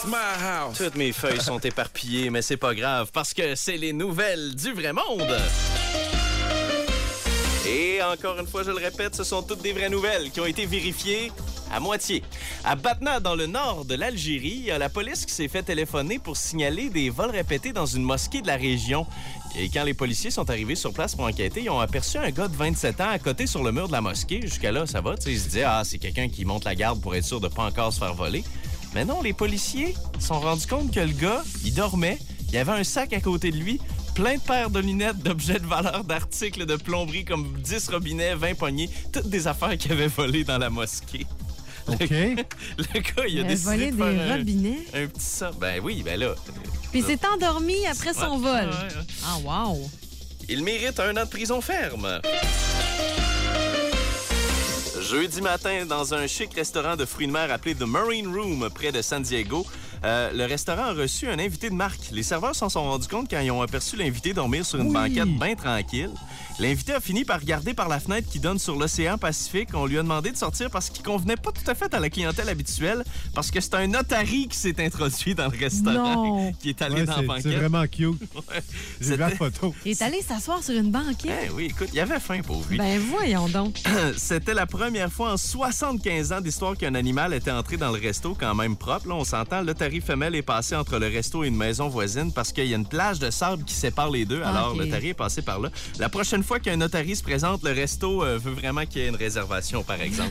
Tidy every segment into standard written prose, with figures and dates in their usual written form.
my house. Toutes mes feuilles sont éparpillées, mais c'est pas grave, parce que c'est les nouvelles du vrai monde. Et encore une fois, je le répète, ce sont toutes des vraies nouvelles qui ont été vérifiées à moitié. À Batna, dans le nord de l'Algérie, il y a la police qui s'est fait téléphoner pour signaler des vols répétés dans une mosquée de la région. Et quand les policiers sont arrivés sur place pour enquêter, ils ont aperçu un gars de 27 ans à côté sur le mur de la mosquée. Jusqu'à là, ça va. Ils se disaient, c'est quelqu'un qui monte la garde pour être sûr de ne pas encore se faire voler. Mais non, les policiers se sont rendus compte que le gars, il dormait, il y avait un sac à côté de lui, plein de paires de lunettes, d'objets de valeur, d'articles de plomberie comme 10 robinets, 20 poignées, toutes des affaires qu'il avait volées dans la mosquée. OK. Le gars, il a décidé volé de faire des robinets. un petit ça. Ben oui, ben là. Puis il s'est endormi après son vol. Ouais. Ah, wow! Il mérite 1 an de prison ferme. Jeudi matin, dans un chic restaurant de fruits de mer appelé The Marine Room, près de San Diego, le restaurant a reçu un invité de marque. Les serveurs s'en sont rendus compte quand ils ont aperçu l'invité dormir sur une banquette bien tranquille. L'invité a fini par regarder par la fenêtre qui donne sur l'océan Pacifique. On lui a demandé de sortir parce qu'il convenait pas tout à fait à la clientèle habituelle, parce que c'est un notari qui s'est introduit dans le restaurant, qui est allé dans la banquette. C'est vraiment cute. J'ai vu la photo. Il est allé s'asseoir sur une banquette. Oui, écoute, il avait faim, pauvre lui. Ben voyons donc. C'était la première fois en 75 ans d'histoire qu'un animal était entré dans le resto, quand même propre. Là, on s'entend, l'otarie femelle est passée entre le resto et une maison voisine parce qu'il y a une plage de sable qui sépare les deux. Alors, l'otarie est passé par là. La prochaine fois qu'un otarie se présente, le resto veut vraiment qu'il y ait une réservation, par exemple.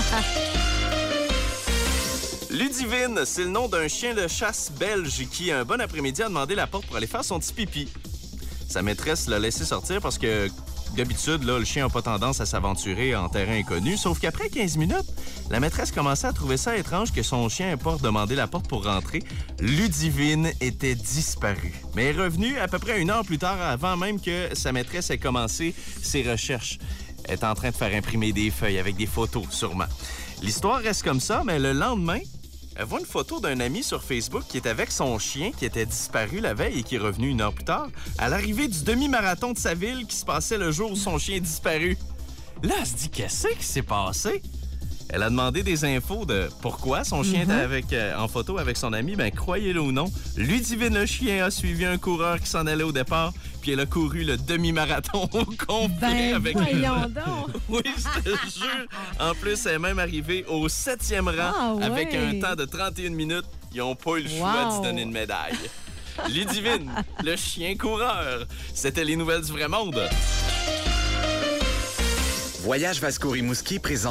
Ludivine, c'est le nom d'un chien de chasse belge qui, un bon après-midi, a demandé la porte pour aller faire son petit pipi. Sa maîtresse l'a laissé sortir parce que, d'habitude, là, le chien n'a pas tendance à s'aventurer en terrain inconnu. Sauf qu'après 15 minutes, la maîtresse commençait à trouver ça étrange que son chien n'ait pas demandé la porte pour rentrer. Ludivine était disparue. Mais est revenue à peu près 1 heure plus tard, avant même que sa maîtresse ait commencé ses recherches. Elle est en train de faire imprimer des feuilles avec des photos, sûrement. L'histoire reste comme ça, mais le lendemain, elle voit une photo d'un ami sur Facebook qui est avec son chien qui était disparu la veille et qui est revenu 1 heure plus tard, à l'arrivée du demi-marathon de sa ville qui se passait le jour où son chien est disparu. Là, elle se dit, qu'est-ce qui s'est passé? Elle a demandé des infos de pourquoi son chien était en photo avec son ami. Ben, croyez-le ou non, Ludivine le chien a suivi un coureur qui s'en allait au départ, puis elle a couru le demi-marathon au complet avec voyons donc! Oui, je te jure. En plus, elle est même arrivée au 7e rang avec un temps de 31 minutes. Ils n'ont pas eu le choix de se donner une médaille. Ludivine, le chien coureur. C'était les nouvelles du vrai monde. Voyage Vasco Rimouski présente